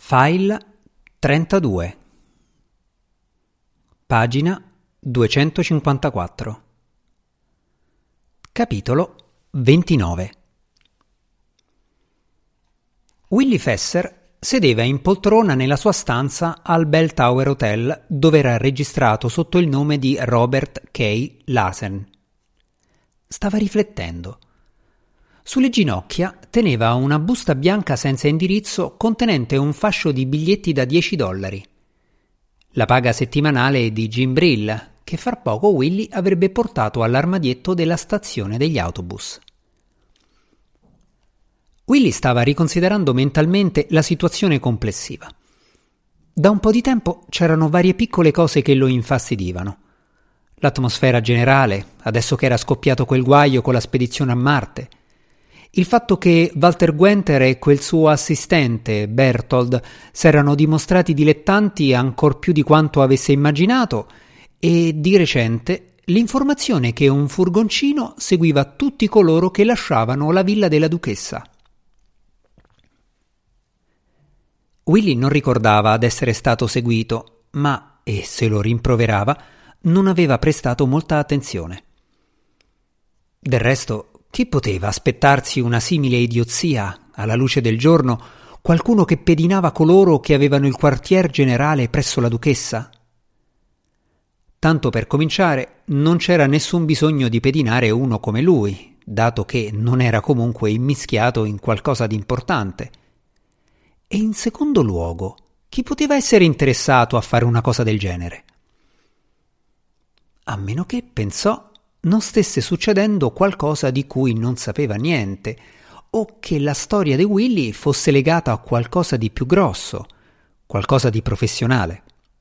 File 32. Pagina 254. Capitolo 29. Willy Fesser sedeva in poltrona nella sua stanza al Bell Tower Hotel, dove era registrato sotto il nome di Robert K. Lassen. Stava riflettendo. Sulle ginocchia teneva una busta bianca senza indirizzo contenente un fascio di biglietti da $10. La paga settimanale di Jim Brill, che fra poco Willy avrebbe portato all'armadietto della stazione degli autobus. Willy stava riconsiderando mentalmente la situazione complessiva. Da un po' di tempo c'erano varie piccole cose che lo infastidivano. L'atmosfera generale, adesso che era scoppiato quel guaio con la spedizione a Marte. Il fatto che Walter Gwenter e quel suo assistente, Berthold, s'erano dimostrati dilettanti ancor più di quanto avesse immaginato, e di recente l'informazione che un furgoncino seguiva tutti coloro che lasciavano la villa della duchessa. Willy non ricordava d'essere stato seguito, ma, e se lo rimproverava, non aveva prestato molta attenzione. Del resto, chi poteva aspettarsi una simile idiozia, alla luce del giorno, qualcuno che pedinava coloro che avevano il quartier generale presso la duchessa? Tanto per cominciare, non c'era nessun bisogno di pedinare uno come lui, dato che non era comunque immischiato in qualcosa di importante. E in secondo luogo, chi poteva essere interessato a fare una cosa del genere? A meno che, pensò, non stesse succedendo qualcosa di cui non sapeva niente, o che la storia di Willy fosse legata a qualcosa di più grosso, qualcosa di professionale.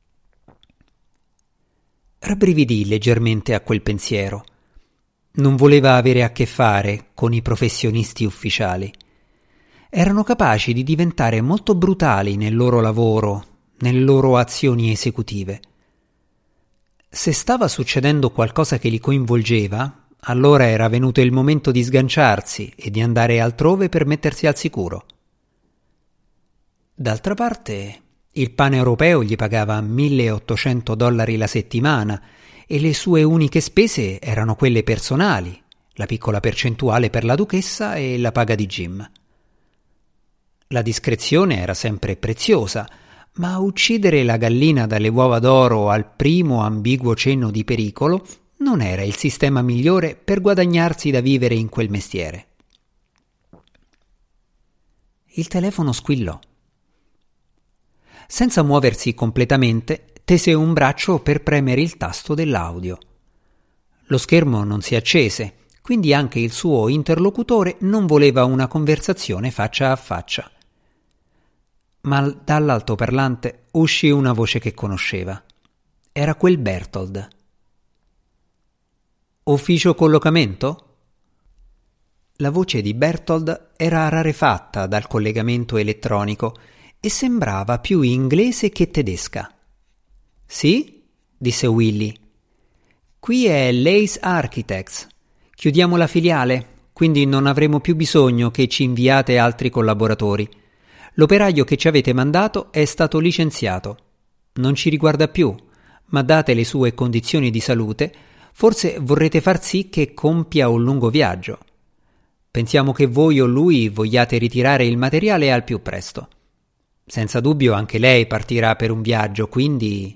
Rabbrividì leggermente a quel pensiero. Non voleva avere a che fare con i professionisti ufficiali. Erano capaci di diventare molto brutali nel loro lavoro, nelle loro azioni esecutive. Se stava succedendo qualcosa che li coinvolgeva, allora era venuto il momento di sganciarsi e di andare altrove per mettersi al sicuro. D'altra parte, il paneuropeo gli pagava $1.800 la settimana e le sue uniche spese erano quelle personali, la piccola percentuale per la duchessa e la paga di Jim. La discrezione era sempre preziosa, ma uccidere la gallina dalle uova d'oro al primo ambiguo cenno di pericolo non era il sistema migliore per guadagnarsi da vivere in quel mestiere. Il telefono squillò. Senza muoversi completamente, tese un braccio per premere il tasto dell'audio. Lo schermo non si accese, quindi anche il suo interlocutore non voleva una conversazione faccia a faccia. Ma dall'altoparlante uscì una voce che conosceva. Era quel Berthold. Ufficio collocamento? La voce di Berthold era rarefatta dal collegamento elettronico e sembrava più inglese che tedesca. Sì? Disse Willy. Qui è Lace Architects. Chiudiamo la filiale, quindi non avremo più bisogno che ci inviate altri collaboratori. L'operaio che ci avete mandato è stato licenziato. Non ci riguarda più, ma date le sue condizioni di salute, forse vorrete far sì che compia un lungo viaggio. Pensiamo che voi o lui vogliate ritirare il materiale al più presto. Senza dubbio anche lei partirà per un viaggio, quindi...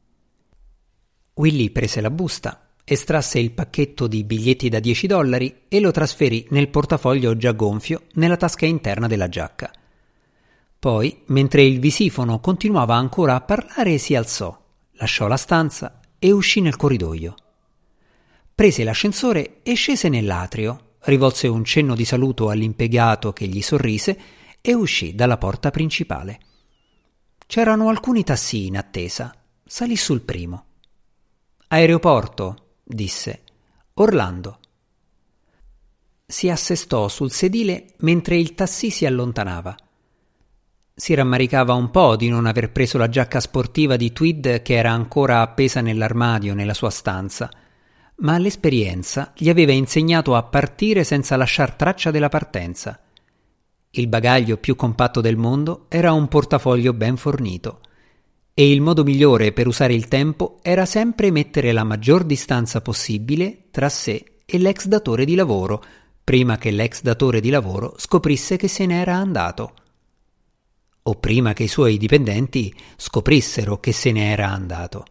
Willy prese la busta, estrasse il pacchetto di biglietti da $10 e lo trasferì nel portafoglio già gonfio nella tasca interna della giacca. Poi, mentre il visifono continuava ancora a parlare, si alzò, lasciò la stanza e uscì nel corridoio. Prese l'ascensore e scese nell'atrio, rivolse un cenno di saluto all'impiegato che gli sorrise e uscì dalla porta principale. C'erano alcuni tassì in attesa. Salì sul primo. «Aeroporto», disse. «Orlando». Si assestò sul sedile mentre il tassì si allontanava. Si rammaricava un po' di non aver preso la giacca sportiva di tweed che era ancora appesa nell'armadio nella sua stanza, ma l'esperienza gli aveva insegnato a partire senza lasciar traccia della partenza. Il bagaglio più compatto del mondo era un portafoglio ben fornito, e il modo migliore per usare il tempo era sempre mettere la maggior distanza possibile tra sé e l'ex datore di lavoro, prima che l'ex datore di lavoro scoprisse che se n'era andato, o prima che i suoi dipendenti scoprissero che se ne era andato.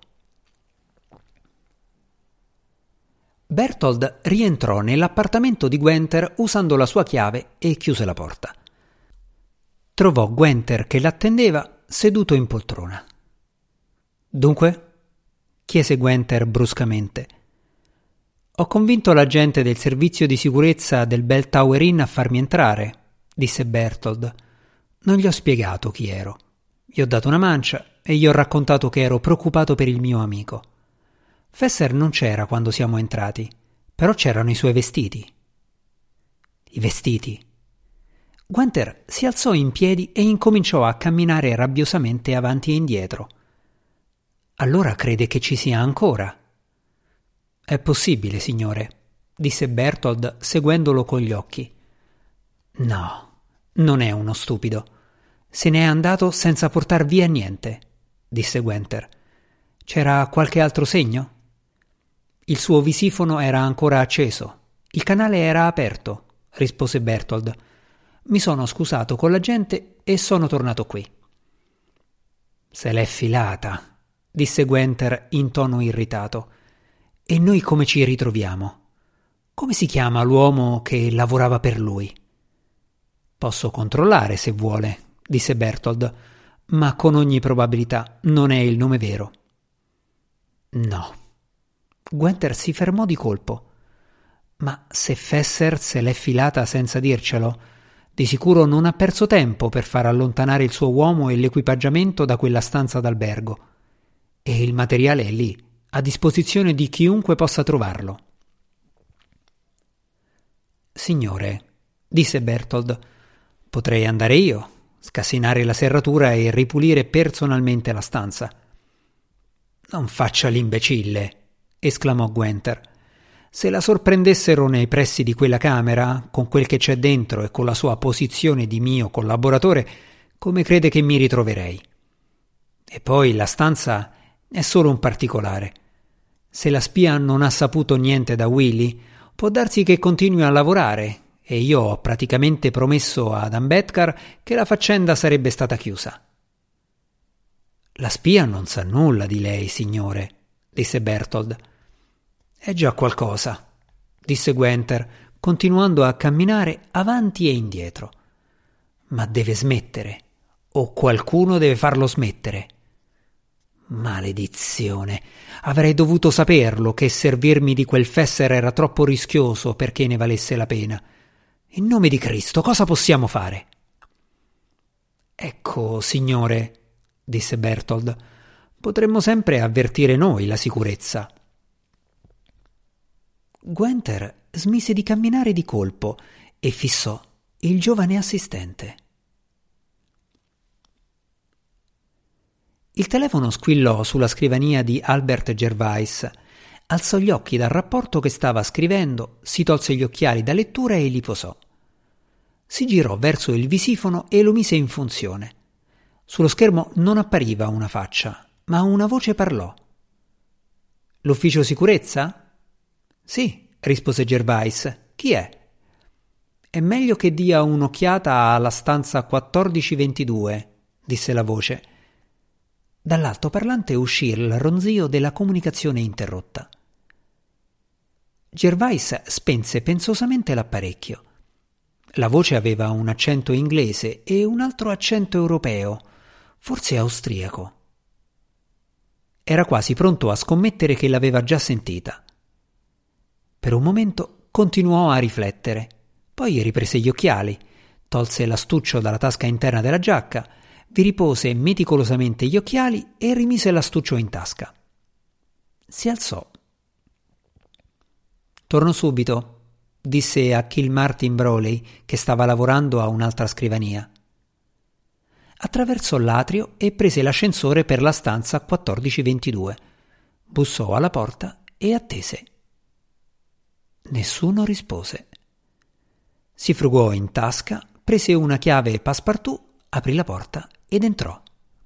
Berthold rientrò nell'appartamento di Guenther usando la sua chiave e chiuse la porta. Trovò Guenther che l'attendeva seduto in poltrona. «Dunque?» chiese Guenther bruscamente. «Ho convinto l'agente del servizio di sicurezza del Bell Tower Inn a farmi entrare», disse Berthold. «Non gli ho spiegato chi ero. Gli ho dato una mancia e gli ho raccontato che ero preoccupato per il mio amico. Fesser non c'era quando siamo entrati, però c'erano i suoi vestiti». «I vestiti?» Guenther si alzò in piedi e incominciò a camminare rabbiosamente avanti e indietro. «Allora crede che ci sia ancora?» «È possibile, signore», disse Berthold seguendolo con gli occhi. «No, non è uno stupido. Se n'è andato senza portar via niente», disse Guenther. «C'era qualche altro segno?» «Il suo visifono era ancora acceso. Il canale era aperto», rispose Berthold. «Mi sono scusato con la gente e sono tornato qui». «Se l'è filata», disse Guenther in tono irritato. «E noi come ci ritroviamo? Come si chiama l'uomo che lavorava per lui?» «Posso controllare se vuole», disse Berthold, «ma con ogni probabilità non è il nome vero». «No». Guenther si fermò di colpo. «Ma se Fesser se l'è filata senza dircelo, di sicuro non ha perso tempo per far allontanare il suo uomo e l'equipaggiamento da quella stanza d'albergo. E il materiale è lì, a disposizione di chiunque possa trovarlo». «Signore», disse Berthold, «potrei andare io, scassinare la serratura e ripulire personalmente la stanza». «Non faccia l'imbecille», esclamò Guenther. «Se la sorprendessero nei pressi di quella camera, con quel che c'è dentro e con la sua posizione di mio collaboratore, come crede che mi ritroverei? E poi la stanza è solo un particolare. Se la spia non ha saputo niente da Willy, può darsi che continui a lavorare, e io ho praticamente promesso ad Ambedkar che la faccenda sarebbe stata chiusa». «La spia non sa nulla di lei, signore», disse Berthold. «È già qualcosa», disse Guenther, continuando a camminare avanti e indietro. «Ma deve smettere, o qualcuno deve farlo smettere». «Maledizione! Avrei dovuto saperlo che servirmi di quel Fesser era troppo rischioso perché ne valesse la pena. In nome di Cristo, cosa possiamo fare?» «Ecco, signore», disse Berthold, «potremmo sempre avvertire noi la sicurezza». Guenther smise di camminare di colpo e fissò il giovane assistente. Il telefono squillò sulla scrivania di Albert Gervais. Alzò gli occhi dal rapporto che stava scrivendo, si tolse gli occhiali da lettura e li posò. Si girò verso il visifono e lo mise in funzione. Sullo schermo non appariva una faccia, ma una voce parlò. «L'ufficio sicurezza?» «Sì», rispose Gervais. «Chi è?» «È meglio che dia un'occhiata alla stanza 1422», disse la voce. Dall'altoparlante uscì il ronzio della comunicazione interrotta. Gervais spense pensosamente l'apparecchio. La voce aveva un accento inglese e un altro accento europeo, forse austriaco. Era quasi pronto a scommettere che l'aveva già sentita. Per un momento continuò a riflettere, poi riprese gli occhiali, tolse l'astuccio dalla tasca interna della giacca, vi ripose meticolosamente gli occhiali e rimise l'astuccio in tasca. Si alzò. «Torno subito», disse a Kilmartin Brawley, che stava lavorando a un'altra scrivania. Attraversò l'atrio e prese l'ascensore per la stanza 1422. Bussò alla porta e attese. Nessuno rispose. Si frugò in tasca prese una chiave passepartout, aprì la porta ed entrò.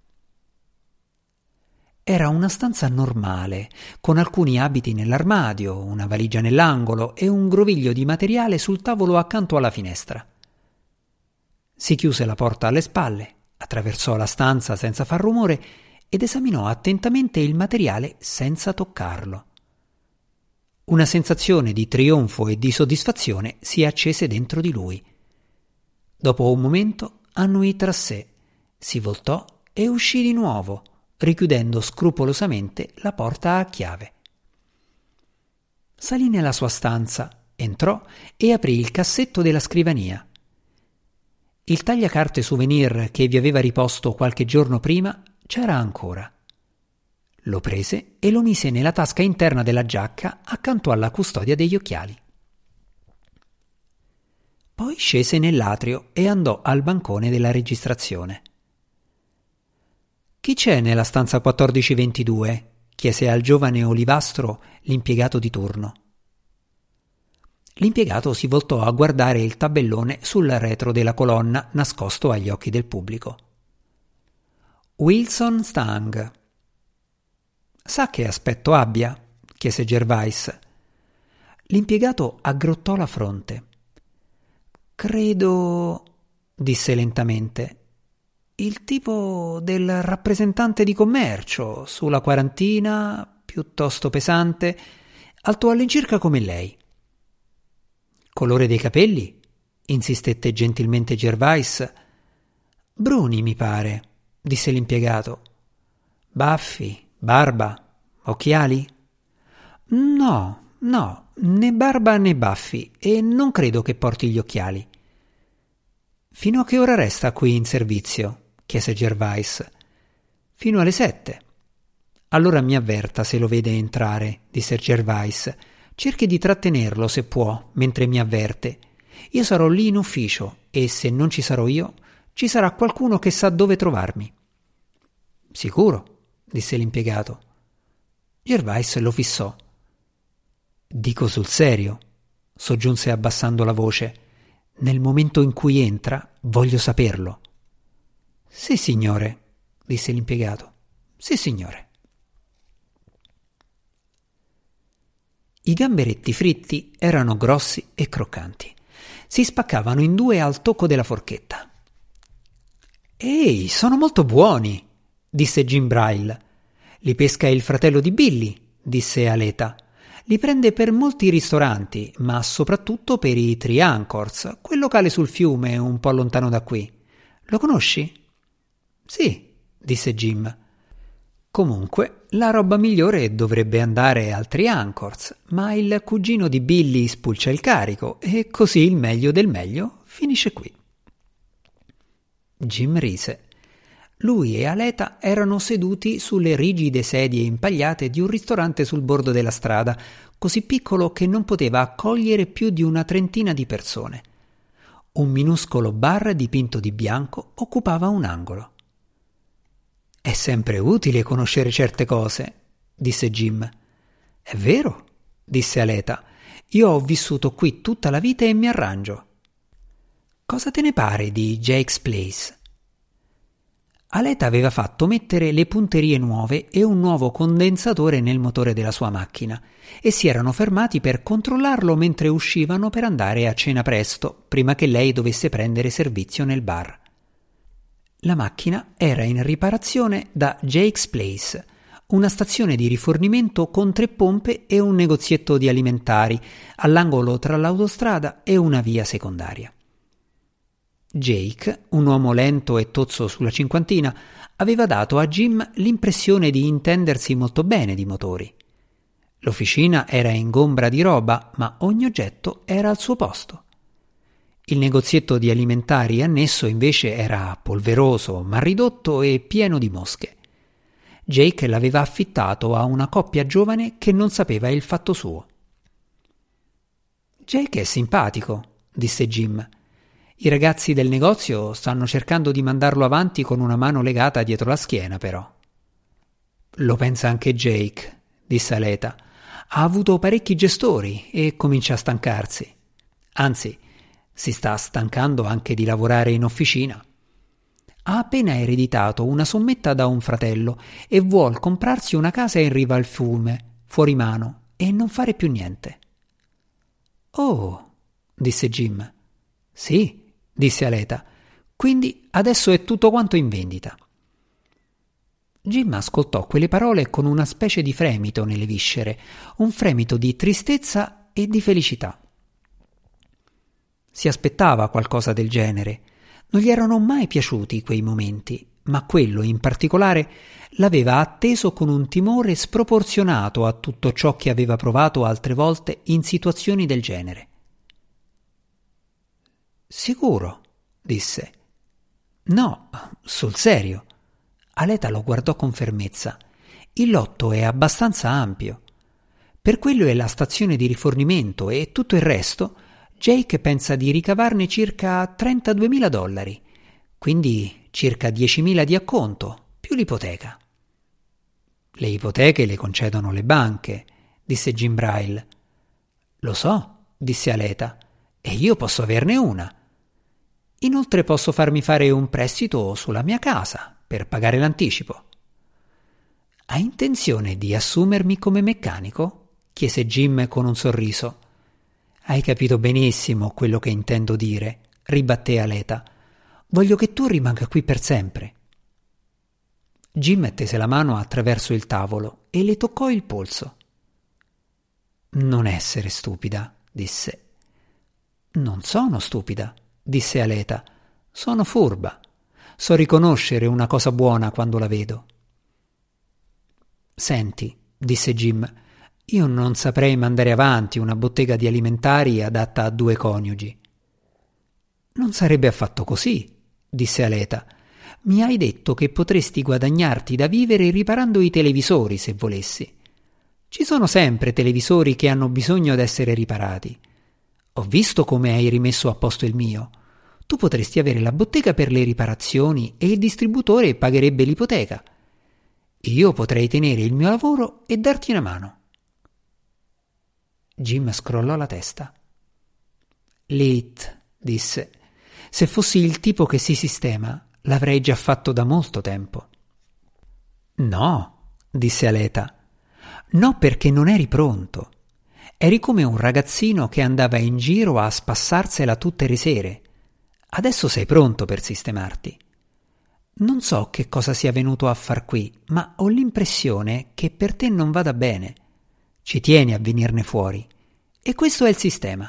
Era una stanza normale, con alcuni abiti nell'armadio, una valigia nell'angolo e un groviglio di materiale sul tavolo accanto alla finestra. Si chiuse la porta alle spalle, attraversò la stanza senza far rumore ed esaminò attentamente il materiale senza toccarlo. Una sensazione di trionfo e di soddisfazione si accese dentro di lui. Dopo un momento annui tra sé, si voltò e uscì di nuovo, richiudendo scrupolosamente la porta a chiave. Salì nella sua stanza, entrò e aprì il cassetto della scrivania. Il tagliacarte souvenir che vi aveva riposto qualche giorno prima c'era ancora. Lo prese e lo mise nella tasca interna della giacca accanto alla custodia degli occhiali. Poi scese nell'atrio e andò al bancone della registrazione. «Chi c'è nella stanza 1422?» chiese al giovane olivastro l'impiegato di turno. L'impiegato si voltò a guardare il tabellone sul retro della colonna nascosto agli occhi del pubblico. «Wilson Stang». «Sa che aspetto abbia?» chiese Gervais. L'impiegato aggrottò la fronte. «Credo», disse lentamente, «il tipo del rappresentante di commercio, sulla quarantina, piuttosto pesante, alto all'incirca come lei». «Colore dei capelli?» insistette gentilmente Gervais. «Bruni, mi pare», disse l'impiegato. «Baffi, barba, occhiali?» «No, né barba né baffi, e non credo che porti gli occhiali». «Fino a che ora resta qui in servizio?» chiese Gervais. «Fino alle 7. «Allora mi avverta se lo vede entrare», disse Gervais. «Cerchi di trattenerlo se può, mentre mi avverte. Io sarò lì in ufficio e se non ci sarò io, ci sarà qualcuno che sa dove trovarmi». «Sicuro?» disse l'impiegato. Gervais lo fissò. «Dico sul serio», soggiunse abbassando la voce. «Nel momento in cui entra, voglio saperlo». «Sì, signore», disse l'impiegato. «Sì, signore». I gamberetti fritti erano grossi e croccanti. Si spaccavano in due al tocco della forchetta. «Ehi, sono molto buoni», disse Jim Braille. «Li pesca il fratello di Billy», disse Aleta. «Li prende per molti ristoranti, ma soprattutto per i Three Anchors, quel locale sul fiume un po' lontano da qui. Lo conosci?» «Sì», disse Jim. «Comunque, la roba migliore dovrebbe andare al Three Anchors, ma il cugino di Billy spulcia il carico e così il meglio del meglio finisce qui». Jim rise. Lui e Aleta erano seduti sulle rigide sedie impagliate di un ristorante sul bordo della strada, così piccolo che non poteva accogliere più di una trentina di persone. Un minuscolo bar dipinto di bianco occupava un angolo. «È sempre utile conoscere certe cose», disse Jim. «È vero», disse Aleta. «Io ho vissuto qui tutta la vita e mi arrangio». «Cosa te ne pare di Jake's Place?» Aleta aveva fatto mettere le punterie nuove e un nuovo condensatore nel motore della sua macchina e si erano fermati per controllarlo mentre uscivano per andare a cena presto, prima che lei dovesse prendere servizio nel bar. La macchina era in riparazione da Jake's Place, una stazione di rifornimento con 3 pompe e un negozietto di alimentari all'angolo tra l'autostrada e una via secondaria. Jake, un uomo lento e tozzo sulla cinquantina, aveva dato a Jim l'impressione di intendersi molto bene di motori. L'officina era ingombra di roba, ma ogni oggetto era al suo posto. Il negozietto di alimentari annesso invece era polveroso, mal ridotto e pieno di mosche. Jake l'aveva affittato a una coppia giovane che non sapeva il fatto suo. «Jake è simpatico», disse Jim. «I ragazzi del negozio stanno cercando di mandarlo avanti con una mano legata dietro la schiena, però». «Lo pensa anche Jake», disse Aleta. «Ha avuto parecchi gestori e comincia a stancarsi. Anzi, Si sta stancando anche di lavorare in officina. Ha appena ereditato una sommetta da un fratello e vuol comprarsi una casa in riva al fiume, fuori mano, e non fare più niente. Oh, disse Jim. Sì, disse Aleta. Quindi adesso è tutto quanto in vendita. Jim ascoltò quelle parole con una specie di fremito nelle viscere, un fremito di tristezza e di felicità. Si aspettava qualcosa del genere. Non gli erano mai piaciuti quei momenti, ma quello in particolare l'aveva atteso con un timore sproporzionato a tutto ciò che aveva provato altre volte in situazioni del genere. Sicuro, disse. No, sul serio. Aleta lo guardò con fermezza. Il lotto è abbastanza ampio. Per quello è la stazione di rifornimento e tutto il resto, Jake pensa di ricavarne circa $32.000, quindi circa 10.000 di acconto, più l'ipoteca. Le ipoteche le concedono le banche, disse Jim Bryle. Lo so, disse Aleta, e io posso averne una. Inoltre posso farmi fare un prestito sulla mia casa per pagare l'anticipo. Hai intenzione di assumermi come meccanico? Chiese Jim con un sorriso. Hai capito benissimo quello che intendo dire, ribatté Aleta. Voglio che tu rimanga qui per sempre. Jim tese la mano attraverso il tavolo e le toccò il polso. Non essere stupida, disse. Non sono stupida, disse Aleta. Sono furba. So riconoscere una cosa buona quando la vedo. Senti, disse Jim, io non saprei mandare avanti una bottega di alimentari adatta a 2 coniugi. Non sarebbe affatto così, disse Aleta. Mi hai detto che potresti guadagnarti da vivere riparando i televisori se volessi. Ci sono sempre televisori che hanno bisogno d'essere riparati. Ho visto come hai rimesso a posto il mio. Tu potresti avere la bottega per le riparazioni e il distributore pagherebbe l'ipoteca. Io potrei tenere il mio lavoro e darti una mano. Jim scrollò la testa. Lit, disse. Se fossi il tipo che si sistema, l'avrei già fatto da molto tempo. No, disse Aleta. No, perché non eri pronto. Eri come un ragazzino che andava in giro a spassarsela tutte le sere. Adesso sei pronto per sistemarti. Non so che cosa sia venuto a far qui, ma ho l'impressione che per te non vada bene. Ci tieni a venirne fuori. E questo è il sistema.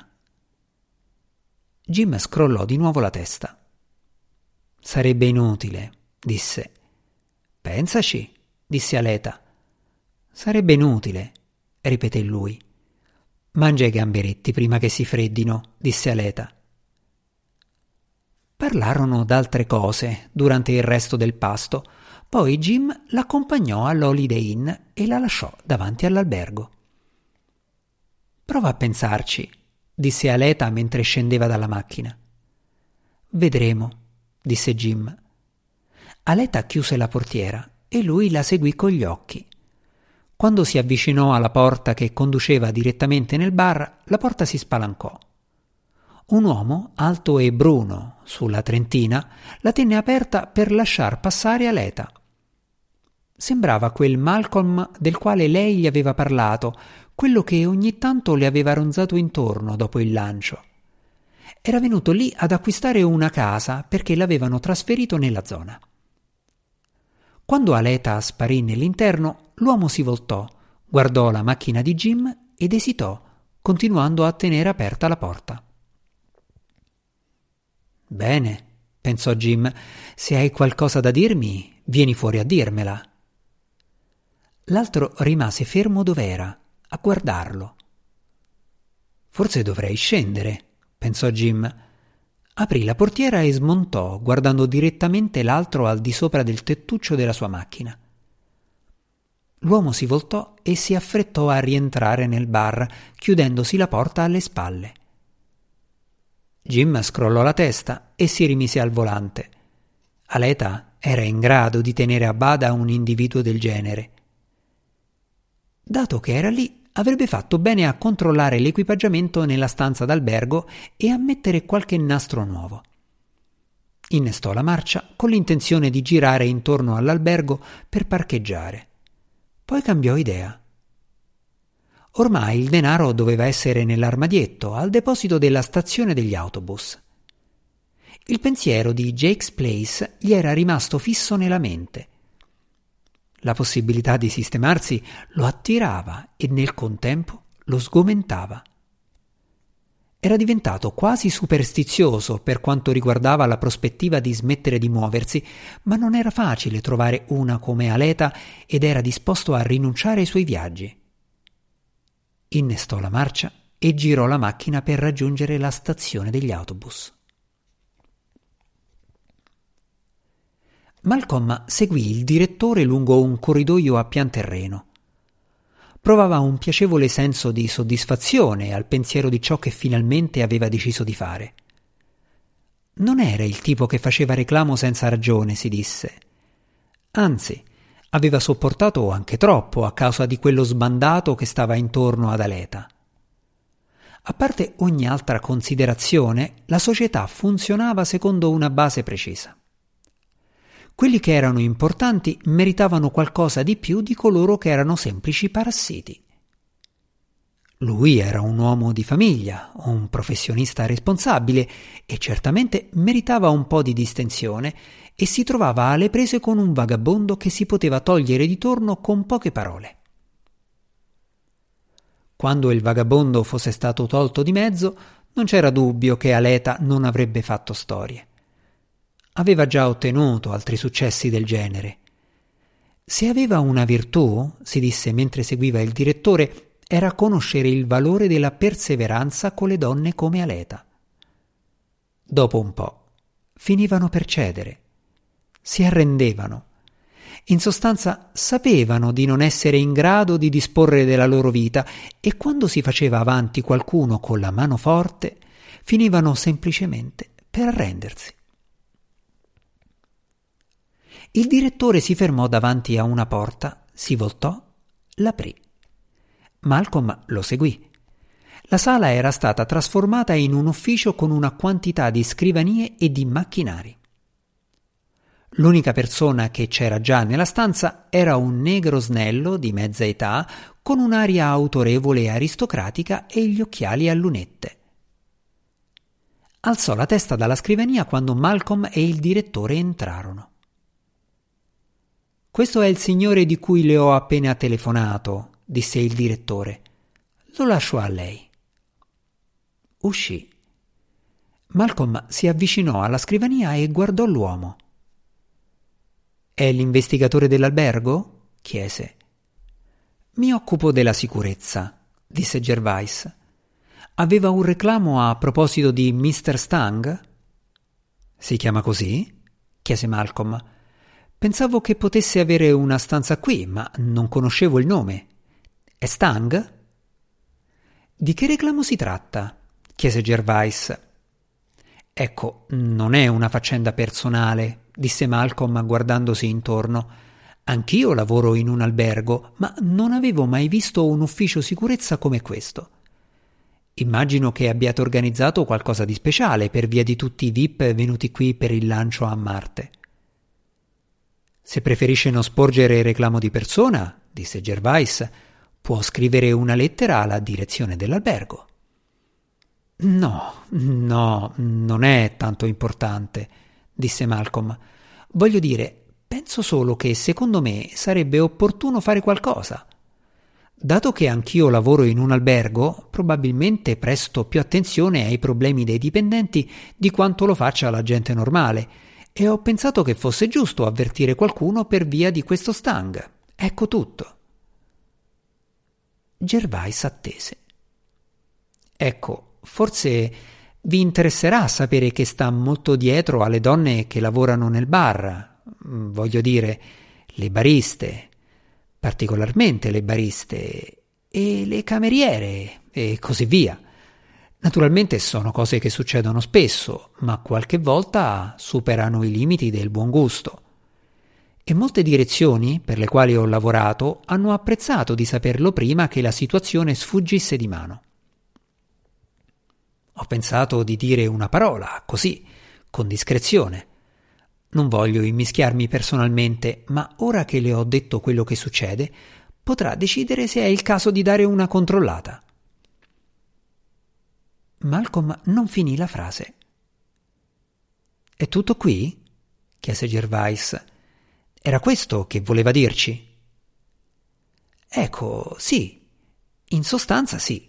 Jim scrollò di nuovo la testa. Sarebbe inutile, disse. Pensaci, disse Aleta. Sarebbe inutile, ripeté lui. Mangia i gamberetti prima che si freddino, disse Aleta. Parlarono d'altre cose durante il resto del pasto, poi Jim l'accompagnò all'Holiday Inn e la lasciò davanti all'albergo. Prova a pensarci, disse Aleta mentre scendeva dalla macchina. Vedremo, disse Jim. Aleta chiuse la portiera e lui la seguì con gli occhi. Quando si avvicinò alla porta che conduceva direttamente nel bar, la porta si spalancò. Un uomo, alto e bruno, sulla trentina, la tenne aperta per lasciar passare Aleta. Sembrava quel Malcolm del quale lei gli aveva parlato, quello che ogni tanto le aveva ronzato intorno dopo il lancio. Era venuto lì ad acquistare una casa perché l'avevano trasferito nella zona. Quando Aleta sparì nell'interno, l'uomo si voltò, guardò la macchina di Jim ed esitò, continuando a tenere aperta la porta. Bene, pensò Jim, se hai qualcosa da dirmi, vieni fuori a dirmela. L'altro rimase fermo dov'era, a guardarlo. Forse dovrei scendere, pensò Jim. Aprì la portiera e smontò, guardando direttamente l'altro al di sopra del tettuccio della sua macchina. L'uomo si voltò e si affrettò a rientrare nel bar, chiudendosi la porta alle spalle. Jim scrollò la testa e si rimise al volante. Aleta era in grado di tenere a bada un individuo del genere. Dato che era lì, avrebbe fatto bene a controllare l'equipaggiamento nella stanza d'albergo e a mettere qualche nastro nuovo. Innestò la marcia con l'intenzione di girare intorno all'albergo per parcheggiare. Poi cambiò idea. Ormai il denaro doveva essere nell'armadietto, al deposito della stazione degli autobus. Il pensiero di Jake's Place gli era rimasto fisso nella mente. La possibilità di sistemarsi lo attirava e nel contempo lo sgomentava. Era diventato quasi superstizioso per quanto riguardava la prospettiva di smettere di muoversi, ma non era facile trovare una come Aleta ed era disposto a rinunciare ai suoi viaggi. Innestò la marcia e girò la macchina per raggiungere la stazione degli autobus. Malcolm seguì il direttore lungo un corridoio a pian terreno. Provava un piacevole senso di soddisfazione al pensiero di ciò che finalmente aveva deciso di fare. Non era il tipo che faceva reclamo senza ragione, si disse. Anzi, aveva sopportato anche troppo a causa di quello sbandato che stava intorno ad Aleta. A parte ogni altra considerazione, la società funzionava secondo una base precisa. Quelli che erano importanti meritavano qualcosa di più di coloro che erano semplici parassiti. Lui era un uomo di famiglia, un professionista responsabile e certamente meritava un po' di distensione e si trovava alle prese con un vagabondo che si poteva togliere di torno con poche parole. Quando il vagabondo fosse stato tolto di mezzo, non c'era dubbio che Aleta non avrebbe fatto storie. Aveva già ottenuto altri successi del genere. Se aveva una virtù, si disse mentre seguiva il direttore, era conoscere il valore della perseveranza con le donne come Aleta. Dopo un po' finivano per cedere, si arrendevano. In sostanza sapevano di non essere in grado di disporre della loro vita e quando si faceva avanti qualcuno con la mano forte, finivano semplicemente per arrendersi. Il direttore si fermò davanti a una porta, si voltò, l'aprì. Malcolm lo seguì. La sala era stata trasformata in un ufficio con una quantità di scrivanie e di macchinari. L'unica persona che c'era già nella stanza era un negro snello di mezza età con un'aria autorevole e aristocratica e gli occhiali a lunette. Alzò la testa dalla scrivania quando Malcolm e il direttore entrarono. «Questo è il signore di cui le ho appena telefonato», disse il direttore. «Lo lascio a lei». Uscì. Malcolm si avvicinò alla scrivania e guardò l'uomo. «È l'investigatore dell'albergo?» chiese. «Mi occupo della sicurezza», disse Gervais. «Aveva un reclamo a proposito di Mr. Stang?» «Si chiama così?» chiese Malcolm. «Pensavo che potesse avere una stanza qui, ma non conoscevo il nome. È Stang?» «Di che reclamo si tratta?» chiese Gervais. «Ecco, non è una faccenda personale», disse Malcolm guardandosi intorno. «Anch'io lavoro in un albergo, ma non avevo mai visto un ufficio sicurezza come questo. Immagino che abbiate organizzato qualcosa di speciale per via di tutti i VIP venuti qui per il lancio a Marte». «Se preferisce non sporgere reclamo di persona», disse Gervais, «può scrivere una lettera alla direzione dell'albergo». «No, non è tanto importante», disse Malcolm. «Voglio dire, penso solo che secondo me sarebbe opportuno fare qualcosa. Dato che anch'io lavoro in un albergo, probabilmente presto più attenzione ai problemi dei dipendenti di quanto lo faccia la gente normale, e ho pensato che fosse giusto avvertire qualcuno per via di questo Stang. Ecco tutto». Gervais attese. «Ecco, forse vi interesserà sapere che sta molto dietro alle donne che lavorano nel bar, voglio dire, le bariste, particolarmente le bariste, e le cameriere, e così via. Naturalmente sono cose che succedono spesso, ma qualche volta superano i limiti del buon gusto. E molte direzioni per le quali ho lavorato hanno apprezzato di saperlo prima che la situazione sfuggisse di mano. Ho pensato di dire una parola, così, con discrezione. Non voglio immischiarmi personalmente, ma ora che le ho detto quello che succede, potrà decidere se è il caso di dare una controllata. Malcolm non finì la frase. «È tutto qui?» chiese Gervais. «Era questo che voleva dirci?» «Ecco, sì. In sostanza sì».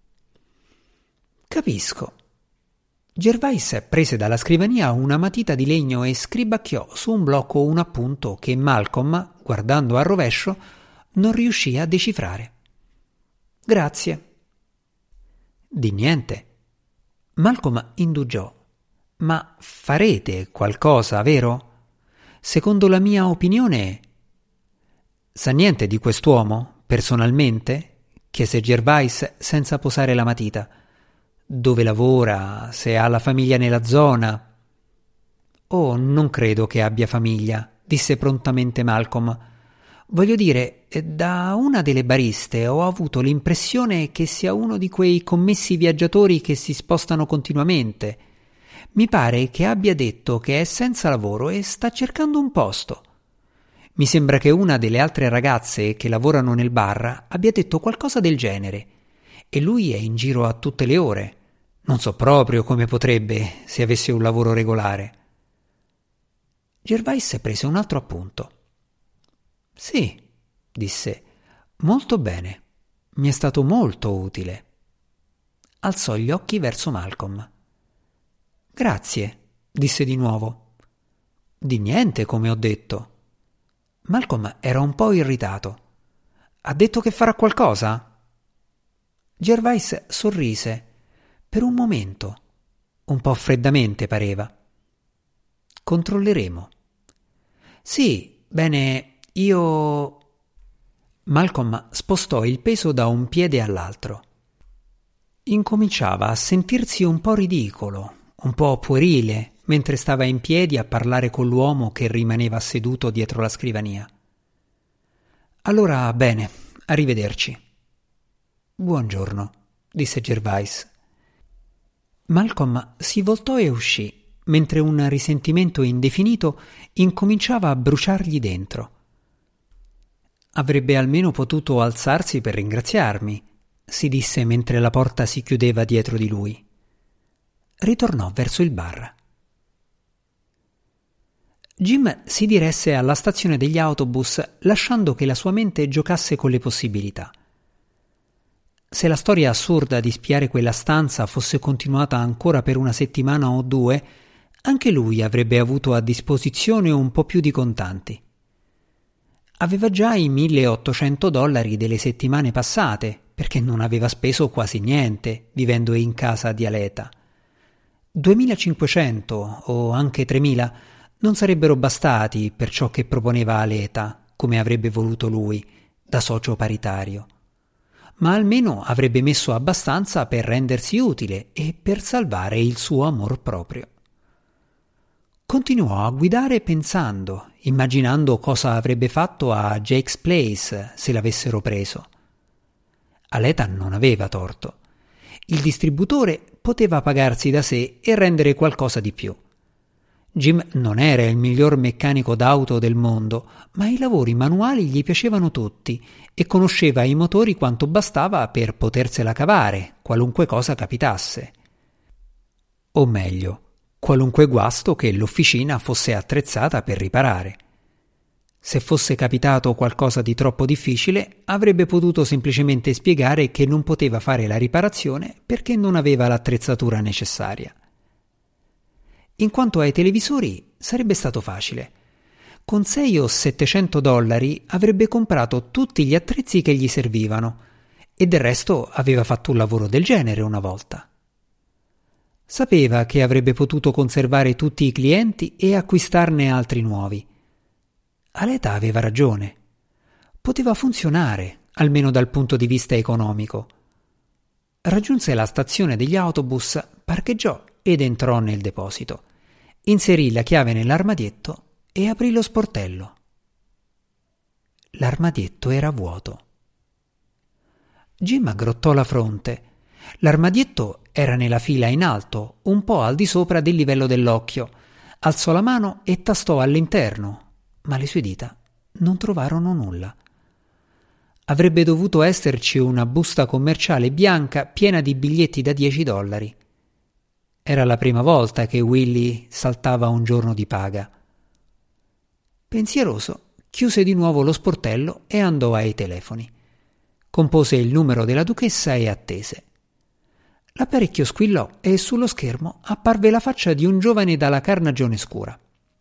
«Capisco». Gervais prese dalla scrivania una matita di legno e scribacchiò su un blocco un appunto che Malcolm, guardando a rovescio, non riuscì a decifrare. «Grazie». «Di niente». Malcolm indugiò. «Ma farete qualcosa, vero? Secondo la mia opinione...» «Sa niente di quest'uomo, personalmente?» chiese Gervais senza posare la matita. «Dove lavora? Se ha la famiglia nella zona?» «Oh, non credo che abbia famiglia», disse prontamente Malcolm. «Voglio dire, da una delle bariste ho avuto l'impressione che sia uno di quei commessi viaggiatori che si spostano continuamente. Mi pare che abbia detto che è senza lavoro e sta cercando un posto. Mi sembra che una delle altre ragazze che lavorano nel bar abbia detto qualcosa del genere. E lui è in giro a tutte le ore. Non so proprio come potrebbe se avesse un lavoro regolare». Gervais prese un altro appunto. «Sì», disse, «molto bene. Mi è stato molto utile». Alzò gli occhi verso Malcolm. «Grazie», disse di nuovo. «Di niente, come ho detto». Malcolm era un po' irritato. «Ha detto che farà qualcosa?» Gervais sorrise. Per un momento. Un po' freddamente pareva. «Controlleremo». «Sì, bene, io...» Malcolm spostò il peso da un piede all'altro. Incominciava a sentirsi un po' ridicolo, un po' puerile, mentre stava in piedi a parlare con l'uomo che rimaneva seduto dietro la scrivania. «Allora, bene, arrivederci». «Buongiorno», disse Gervais. Malcolm si voltò e uscì, mentre un risentimento indefinito incominciava a bruciargli dentro. «Avrebbe almeno potuto alzarsi per ringraziarmi», si disse mentre la porta si chiudeva dietro di lui. Ritornò verso il bar. Jim si diresse alla stazione degli autobus lasciando che la sua mente giocasse con le possibilità. Se la storia assurda di spiare quella stanza fosse continuata ancora per una settimana o due, anche lui avrebbe avuto a disposizione un po' più di contanti. Aveva già i $1.800 delle settimane passate, perché non aveva speso quasi niente vivendo in casa di Aleta. 2.500 o anche 3.000 non sarebbero bastati per ciò che proponeva Aleta, come avrebbe voluto lui, da socio paritario. Ma almeno avrebbe messo abbastanza per rendersi utile e per salvare il suo amor proprio. Continuò a guidare pensando, immaginando cosa avrebbe fatto a Jake's Place se l'avessero preso. Aleta non aveva torto. Il distributore poteva pagarsi da sé e rendere qualcosa di più. Jim non era il miglior meccanico d'auto del mondo, ma i lavori manuali gli piacevano tutti e conosceva i motori quanto bastava per potersela cavare, qualunque cosa capitasse. O meglio, qualunque guasto che l'officina fosse attrezzata per riparare. Se fosse capitato qualcosa di troppo difficile, avrebbe potuto semplicemente spiegare che non poteva fare la riparazione perché non aveva l'attrezzatura necessaria. In quanto ai televisori, sarebbe stato facile. Con $600 o $700 avrebbe comprato tutti gli attrezzi che gli servivano e del resto aveva fatto un lavoro del genere una volta. Sapeva che avrebbe potuto conservare tutti i clienti e acquistarne altri nuovi. Aleta aveva ragione. Poteva funzionare, almeno dal punto di vista economico. Raggiunse la stazione degli autobus, parcheggiò ed entrò nel deposito. Inserì la chiave nell'armadietto e aprì lo sportello. L'armadietto era vuoto. Jim aggrottò la fronte. L'armadietto era nella fila in alto, un po' al di sopra del livello dell'occhio. Alzò la mano e tastò all'interno, ma le sue dita non trovarono nulla. Avrebbe dovuto esserci una busta commerciale bianca piena di biglietti da $10. Era la prima volta che Willy saltava un giorno di paga. Pensieroso, chiuse di nuovo lo sportello e andò ai telefoni. Compose il numero della duchessa e attese. L'apparecchio squillò e sullo schermo apparve la faccia di un giovane dalla carnagione scura.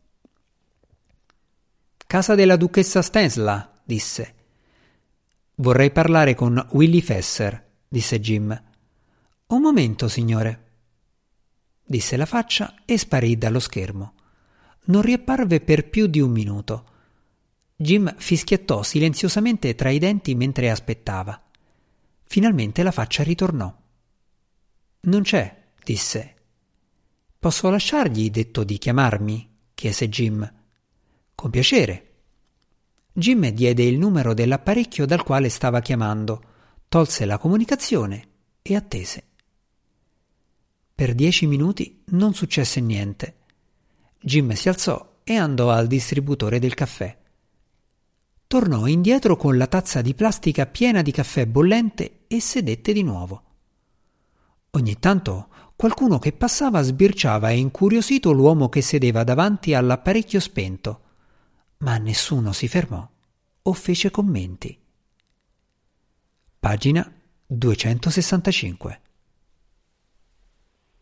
«Casa della duchessa Stensla», disse. «Vorrei parlare con Willy Fesser», disse Jim. «Un momento, signore», disse la faccia e sparì dallo schermo. Non riapparve per più di un minuto. Jim fischiettò silenziosamente tra i denti mentre aspettava. Finalmente la faccia ritornò. «Non c'è», disse. «Posso lasciargli detto di chiamarmi?» chiese Jim. «Con piacere». Jim diede il numero dell'apparecchio dal quale stava chiamando, tolse la comunicazione e attese. Per 10 minuti non successe niente. Jim si alzò e andò al distributore del caffè. Tornò indietro con la tazza di plastica piena di caffè bollente e sedette di nuovo. Ogni tanto qualcuno che passava sbirciava incuriosito l'uomo che sedeva davanti all'apparecchio spento, ma nessuno si fermò o fece commenti. Pagina 265.